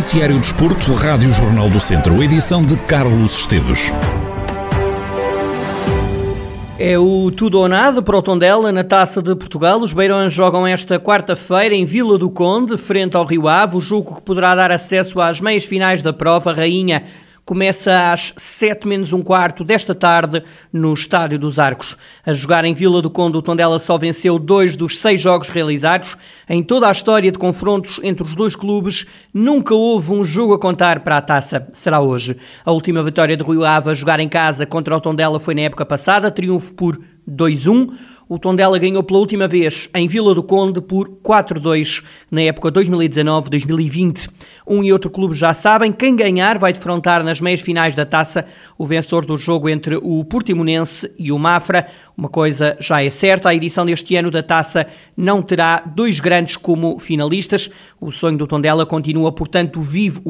Noticiário Desporto, Rádio Jornal do Centro, edição de Carlos Esteves. É o tudo ou nada para o Tondela na Taça de Portugal. Os beirões jogam esta quarta-feira em Vila do Conde, frente ao Rio Ave, o jogo que poderá dar acesso às meias finais da prova. Rainha começa às 7:45 desta tarde no Estádio dos Arcos. A jogar em Vila do Conde, o Tondela só venceu 2 dos 6 jogos realizados. Em toda a história de confrontos entre os dois clubes, nunca houve um jogo a contar para a taça. Será hoje. A última vitória do Rio Ave a jogar em casa contra o Tondela foi na época passada, triunfo por 2-1. O Tondela ganhou pela última vez em Vila do Conde por 4-2 na época 2019-2020. Um e outro clube já sabem, quem ganhar vai defrontar nas meias finais da taça o vencedor do jogo entre o Portimonense e o Mafra. Uma coisa já é certa, a edição deste ano da taça não terá dois grandes como finalistas. O sonho do Tondela continua, portanto, vivo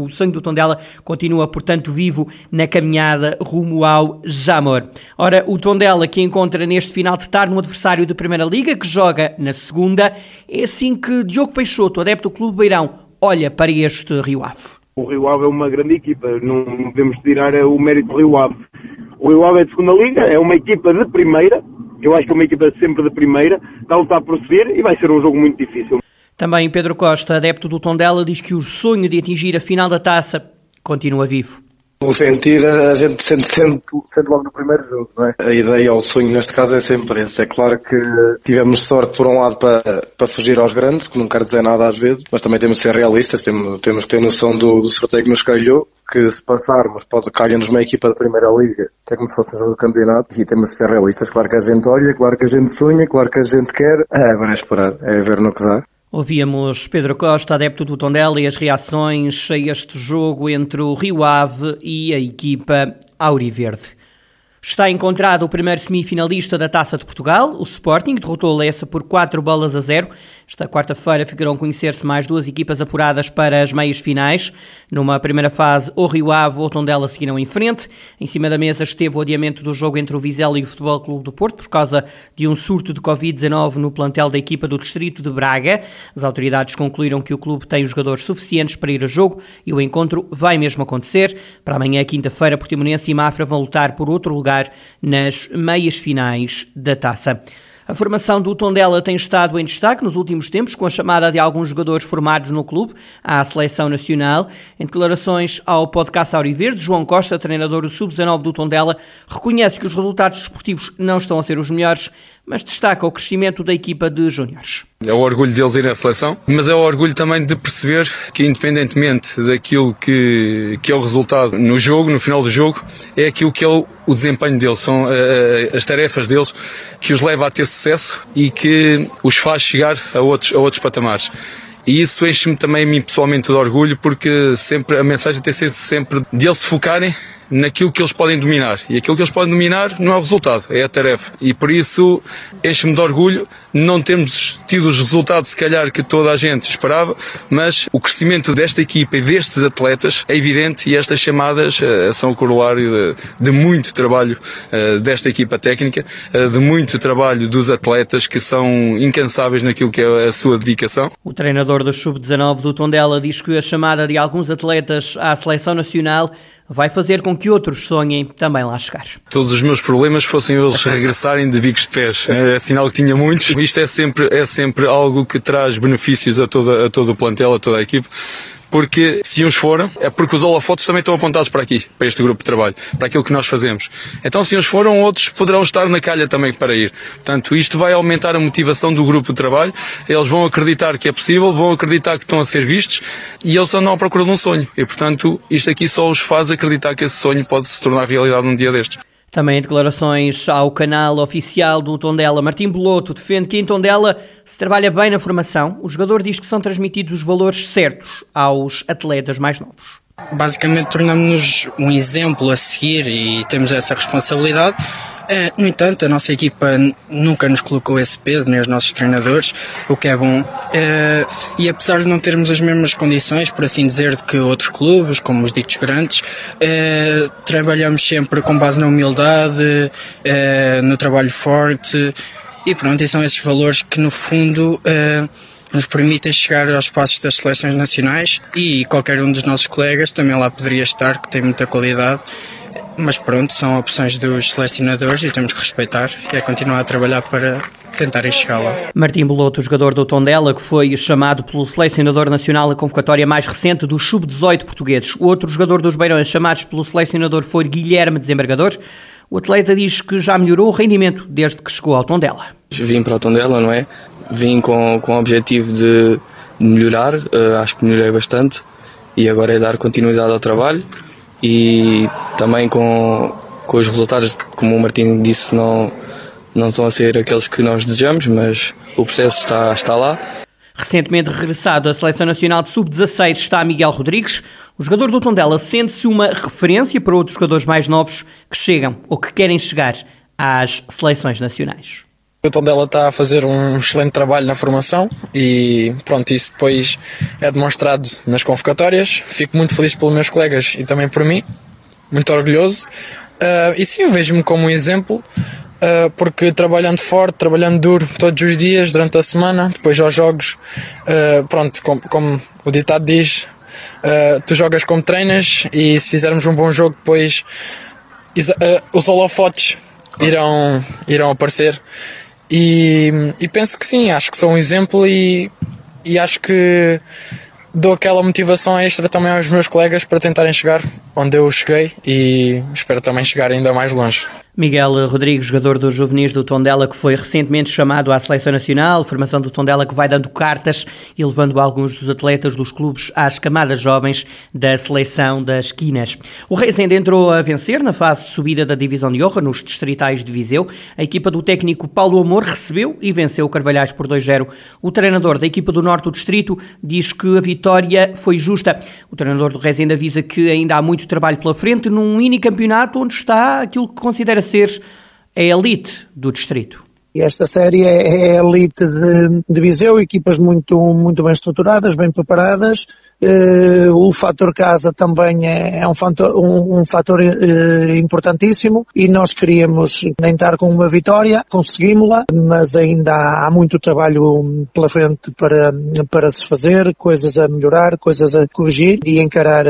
na caminhada rumo ao Jamor. Ora, o Tondela que encontra neste final de tarde um adversário de Primeira Liga, que joga na segunda. É assim que Diogo Peixoto, adepto do Clube Beirão, olha para este Rio Ave. O Rio Ave é uma grande equipa, não devemos tirar o mérito do Rio Ave. O Rio Ave é de segunda liga, é uma equipa de primeira, eu acho que é uma equipa sempre de primeira, está a lutar por subir e vai ser um jogo muito difícil. Também Pedro Costa, adepto do Tondela, diz que o sonho de atingir a final da taça continua vivo. O sentir, a gente sente logo no primeiro jogo, não é? A ideia, ou o sonho neste caso é sempre esse. É claro que tivemos sorte por um lado para fugir aos grandes, que não quer dizer nada às vezes, mas também temos de ser realistas, temos que ter noção do sorteio que nos calhou, que se passarmos pode calhar-nos uma equipa da Primeira Liga, que é como se fosse um jogo de campeonato, e temos de ser realistas. Claro que a gente olha, claro que a gente sonha, claro que a gente quer, agora é esperar, é ver no que dá. Ouvíamos Pedro Costa, adepto do Tondela, e as reações a este jogo entre o Rio Ave e a equipa auriverde. Está encontrado o primeiro semifinalista da Taça de Portugal. O Sporting derrotou o Lessa por 4-0. Esta quarta-feira ficarão a conhecer-se mais duas equipas apuradas para as meias finais. Numa primeira fase, o Rio Ave ou o Tondela seguiram em frente. Em cima da mesa esteve o adiamento do jogo entre o Vizela e o Futebol Clube do Porto por causa de um surto de Covid-19 no plantel da equipa do Distrito de Braga. As autoridades concluíram que o clube tem os jogadores suficientes para ir a jogo e o encontro vai mesmo acontecer. Para amanhã, quinta-feira, Portimonense e Mafra vão lutar por outro lugar nas meias finais da taça. A formação do Tondela tem estado em destaque nos últimos tempos, com a chamada de alguns jogadores formados no clube à seleção nacional. Em declarações ao podcast Auriverde, João Costa, treinador do Sub-19 do Tondela, reconhece que os resultados desportivos não estão a ser os melhores, mas destaca o crescimento da equipa de júniores. É o orgulho deles ir à seleção, mas é o orgulho também de perceber que, independentemente daquilo que é o resultado no jogo, no final do jogo, é aquilo que é o desempenho deles, são as tarefas deles que os leva a ter sucesso e que os faz chegar a outros patamares. E isso enche-me também a mim pessoalmente de orgulho, porque sempre a mensagem tem sido sempre de eles se focarem naquilo que eles podem dominar. E aquilo que eles podem dominar não é o resultado, é a tarefa. E por isso enche-me de orgulho não termos tido os resultados, se calhar, que toda a gente esperava, mas o crescimento desta equipa e destes atletas é evidente, e estas chamadas são o corolário de muito trabalho desta equipa técnica, de muito trabalho dos atletas que são incansáveis naquilo que é a sua dedicação. O treinador do Sub-19 do Tondela diz que a chamada de alguns atletas à seleção nacional vai fazer com que outros sonhem também lá chegar. Todos os meus problemas fossem eles regressarem de bicos de pés. É sinal que tinha muitos. Isto é sempre algo que traz benefícios a todo o plantel, a toda a equipe. Porque se uns foram, é porque os holofotes também estão apontados para aqui, para este grupo de trabalho, para aquilo que nós fazemos. Então se uns foram, outros poderão estar na calha também para ir. Portanto, isto vai aumentar a motivação do grupo de trabalho, eles vão acreditar que é possível, vão acreditar que estão a ser vistos e eles andam à procura de um sonho. E, portanto, isto aqui só os faz acreditar que esse sonho pode se tornar realidade num dia destes. Também em declarações ao canal oficial do Tondela, Martim Beloto defende que em Tondela se trabalha bem na formação. O jogador diz que são transmitidos os valores certos aos atletas mais novos. Basicamente tornamos-nos um exemplo a seguir e temos essa responsabilidade. No entanto, a nossa equipa nunca nos colocou esse peso, nem os nossos treinadores, o que é bom. E apesar de não termos as mesmas condições, por assim dizer, que outros clubes, como os ditos grandes, trabalhamos sempre com base na humildade, no trabalho forte, e pronto, e são esses valores que no fundo nos permitem chegar aos passos das seleções nacionais, e qualquer um dos nossos colegas também lá poderia estar, que tem muita qualidade. Mas pronto, são opções dos selecionadores e temos que respeitar e continuar a trabalhar para tentarem chegar lá. Martim Beloto, jogador do Tondela, que foi chamado pelo selecionador nacional à convocatória mais recente dos sub-18 portugueses. O outro jogador dos Beirões chamados pelo selecionador foi Guilherme Desembargador. O atleta diz que já melhorou o rendimento desde que chegou ao Tondela. Vim para o Tondela, não é? Vim com o objetivo de melhorar, acho que melhorei bastante, e agora é dar continuidade ao trabalho. E também com os resultados, como o Martim disse, não estão a ser aqueles que nós desejamos, mas o processo está lá. Recentemente regressado à Seleção Nacional de Sub-16 está Miguel Rodrigues. O jogador do Tondela sente-se uma referência para outros jogadores mais novos que chegam ou que querem chegar às seleções nacionais. O Tondela está a fazer um excelente trabalho na formação e pronto, isso depois é demonstrado nas convocatórias. Fico muito feliz pelos meus colegas e também por mim, muito orgulhoso. E sim, eu vejo-me como um exemplo, porque trabalhando forte, trabalhando duro todos os dias, durante a semana, depois aos jogos, pronto, como o ditado diz, tu jogas como treinas, e se fizermos um bom jogo depois os holofotes irão aparecer. E penso que sim, acho que sou um exemplo e acho que dou aquela motivação extra também aos meus colegas para tentarem chegar onde eu cheguei, e espero também chegar ainda mais longe. Miguel Rodrigues, jogador dos juvenis do Tondela, que foi recentemente chamado à Seleção Nacional, formação do Tondela que vai dando cartas e levando alguns dos atletas dos clubes às camadas jovens da Seleção das Quinas. O Rezende entrou a vencer na fase de subida da Divisão de Honra nos distritais de Viseu. A equipa do técnico Paulo Amor recebeu e venceu o Carvalhais por 2-0. O treinador da equipa do Norte do Distrito diz que a vitória foi justa. O treinador do Rezende avisa que ainda há muito trabalho pela frente num mini campeonato onde está aquilo que considera ser a elite do distrito. Esta série é a elite de Viseu, equipas muito bem estruturadas, bem preparadas. O fator casa também é um fator importantíssimo, e nós queríamos tentar com uma vitória, conseguimos-la, mas ainda há muito trabalho pela frente para se fazer, coisas a melhorar, coisas a corrigir, e encarar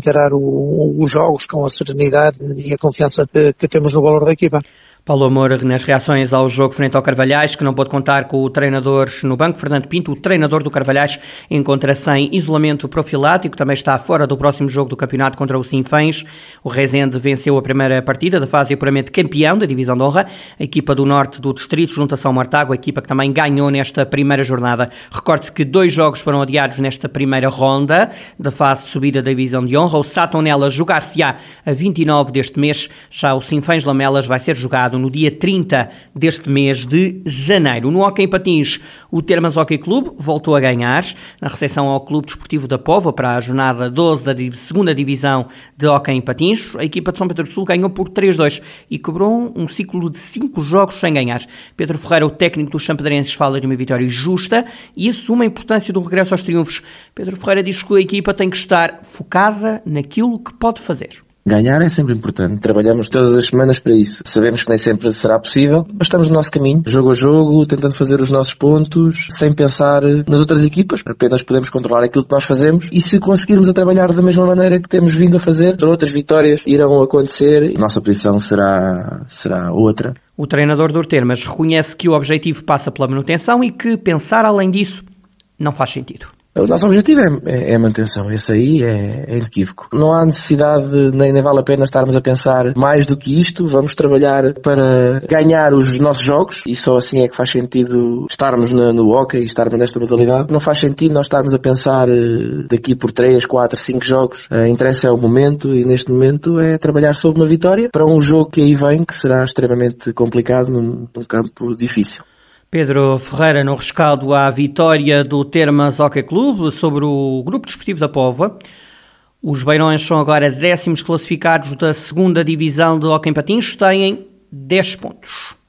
os jogos com a serenidade e a confiança que temos no valor da equipa. Paulo Amor, nas reações ao jogo frente ao Carvalhais, que não pôde contar com o treinador no banco, Fernando Pinto, o treinador do Carvalhais, encontra-se em isolamento profilático, também está fora do próximo jogo do campeonato contra o Sinfãs. O Rezende venceu a primeira partida da fase de apuramento campeão da Divisão de Honra. A equipa do Norte do Distrito junta São Martago, a equipa que também ganhou nesta primeira jornada. Recorde-se que 2 jogos foram adiados nesta primeira ronda da fase de subida da Divisão de Honra. O Satonela jogar-se-á a 29 deste mês, já o Sinfãs Lamelas vai ser jogado no dia 30 deste mês de janeiro. No hóquei em patins, o Termas Hóquei Clube voltou a ganhar na recepção ao Clube Desportivo da Póvoa para a jornada 12 da segunda divisão de hóquei em patins. A equipa de São Pedro do Sul ganhou por 3-2 e quebrou um ciclo de 5 jogos sem ganhar. Pedro Ferreira, o técnico dos champedrenses, fala de uma vitória justa e assume a importância do regresso aos triunfos. Pedro Ferreira diz que a equipa tem que estar focada naquilo que pode fazer. Ganhar é sempre importante. Trabalhamos todas as semanas para isso. Sabemos que nem sempre será possível, mas estamos no nosso caminho, jogo a jogo, tentando fazer os nossos pontos, sem pensar nas outras equipas. Apenas podemos controlar aquilo que nós fazemos, e se conseguirmos a trabalhar da mesma maneira que temos vindo a fazer, outras vitórias irão acontecer e a nossa posição será outra. O treinador do Termas reconhece que o objetivo passa pela manutenção e que pensar além disso não faz sentido. O nosso objetivo é a manutenção, esse aí é inequívoco. Não há necessidade, nem vale a pena estarmos a pensar mais do que isto. Vamos trabalhar para ganhar os nossos jogos, e só assim é que faz sentido estarmos no hóquei e estarmos nesta modalidade. Não faz sentido nós estarmos a pensar daqui por 3, 4, 5 jogos. Interessa é o momento, e neste momento é trabalhar sobre uma vitória para um jogo que aí vem, que será extremamente complicado num campo difícil. Pedro Ferreira, no rescaldo à vitória do Termas Hóquei Clube sobre o Grupo Desportivo da Póvoa. Os Beirões são agora 10º classificados da segunda divisão de hóquei em patins, têm 10 pontos.